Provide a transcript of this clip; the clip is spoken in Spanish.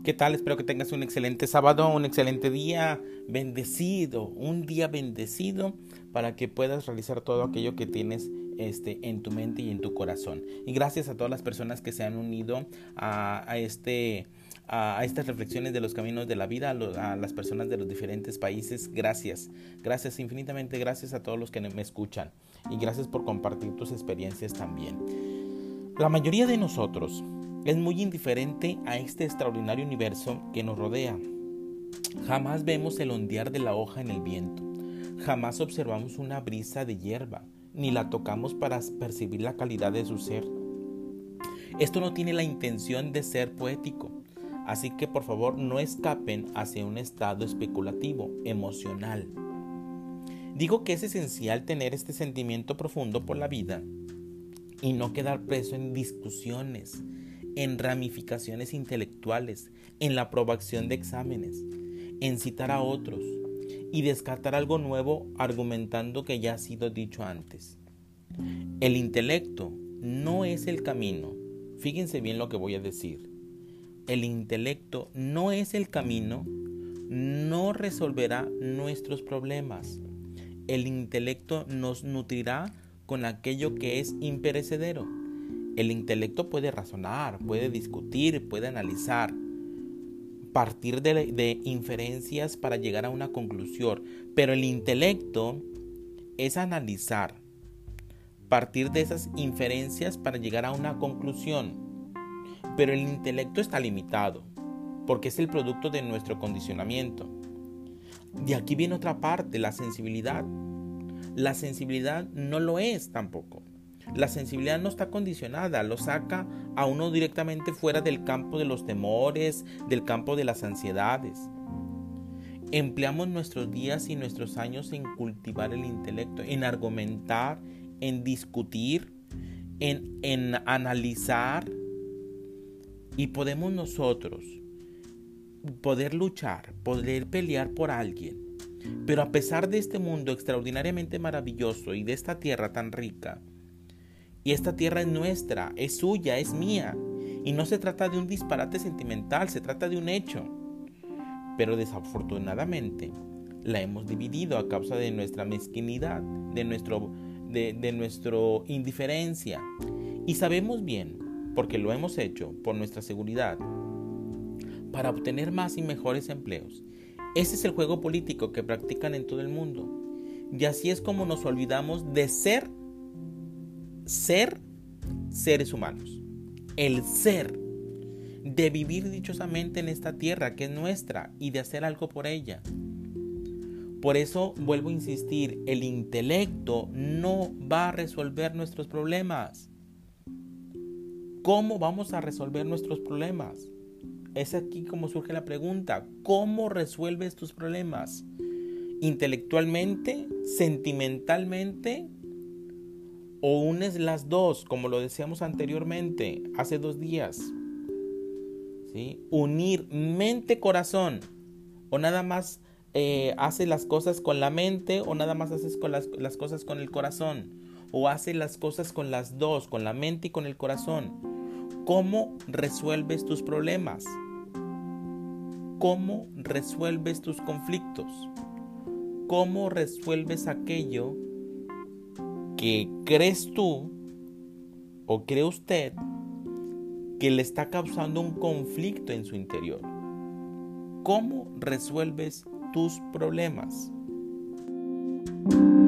¿Qué tal? Espero que tengas un excelente sábado, un excelente día bendecido, un día bendecido para que puedas realizar todo aquello que tienes en tu mente y en tu corazón. Y gracias a todas las personas que se han unido a estas reflexiones de los caminos de la vida, a las personas de los diferentes países. Gracias, infinitamente gracias a todos los que me escuchan y gracias por compartir tus experiencias también. La mayoría de nosotros es muy indiferente a este extraordinario universo que nos rodea. Jamás vemos el ondear de la hoja en el viento. Jamás observamos una brisa de hierba, ni la tocamos para percibir la calidad de su ser. Esto no tiene la intención de ser poético, así que por favor no escapen hacia un estado especulativo, emocional. Digo que es esencial tener este sentimiento profundo por la vida y no quedar preso en discusiones, en ramificaciones intelectuales, en la aprobación de exámenes, en citar a otros y descartar algo nuevo argumentando que ya ha sido dicho antes. El intelecto no es el camino. Fíjense bien lo que voy a decir. El intelecto no es el camino, no resolverá nuestros problemas. El intelecto nos nutrirá con aquello que es imperecedero. El intelecto puede razonar, puede discutir, puede analizar, partir de inferencias para llegar a una conclusión. Pero el intelecto es analizar, partir de esas inferencias para llegar a una conclusión. Pero el intelecto está limitado, porque es el producto de nuestro condicionamiento. De aquí viene otra parte, la sensibilidad. La sensibilidad no lo es tampoco. La sensibilidad no está condicionada, lo saca a uno directamente fuera del campo de los temores, del campo de las ansiedades. Empleamos nuestros días y nuestros años en cultivar el intelecto, en argumentar, en discutir, en analizar, y podemos nosotros poder luchar, poder pelear por alguien. Pero a pesar de este mundo extraordinariamente maravilloso y de esta tierra tan rica, y esta tierra es nuestra, es suya, es mía, y no se trata de un disparate sentimental, se trata de un hecho. Pero desafortunadamente la hemos dividido a causa de nuestra mezquinidad, de nuestra indiferencia. Y sabemos bien, porque lo hemos hecho por nuestra seguridad, para obtener más y mejores empleos. Ese es el juego político que practican en todo el mundo. Y así es como nos olvidamos de ser seres humanos. El ser, de vivir dichosamente en esta tierra que es nuestra y de hacer algo por ella. Por eso vuelvo a insistir, el intelecto no va a resolver nuestros problemas. ¿Cómo vamos a resolver nuestros problemas? Es aquí como surge la pregunta, ¿cómo resuelves tus problemas? ¿Intelectualmente? ¿Sentimentalmente? ¿O unes las dos, como lo decíamos anteriormente, hace 2 días? ¿Sí? Unir mente-corazón. ¿O nada más haces las cosas con la mente o nada más haces con las cosas con el corazón? ¿O haces las cosas con las dos, con la mente y con el corazón? ¿Cómo resuelves tus problemas? ¿Cómo resuelves tus conflictos? ¿Cómo resuelves aquello que crees tú o cree usted que le está causando un conflicto en su interior? ¿Cómo resuelves tus problemas?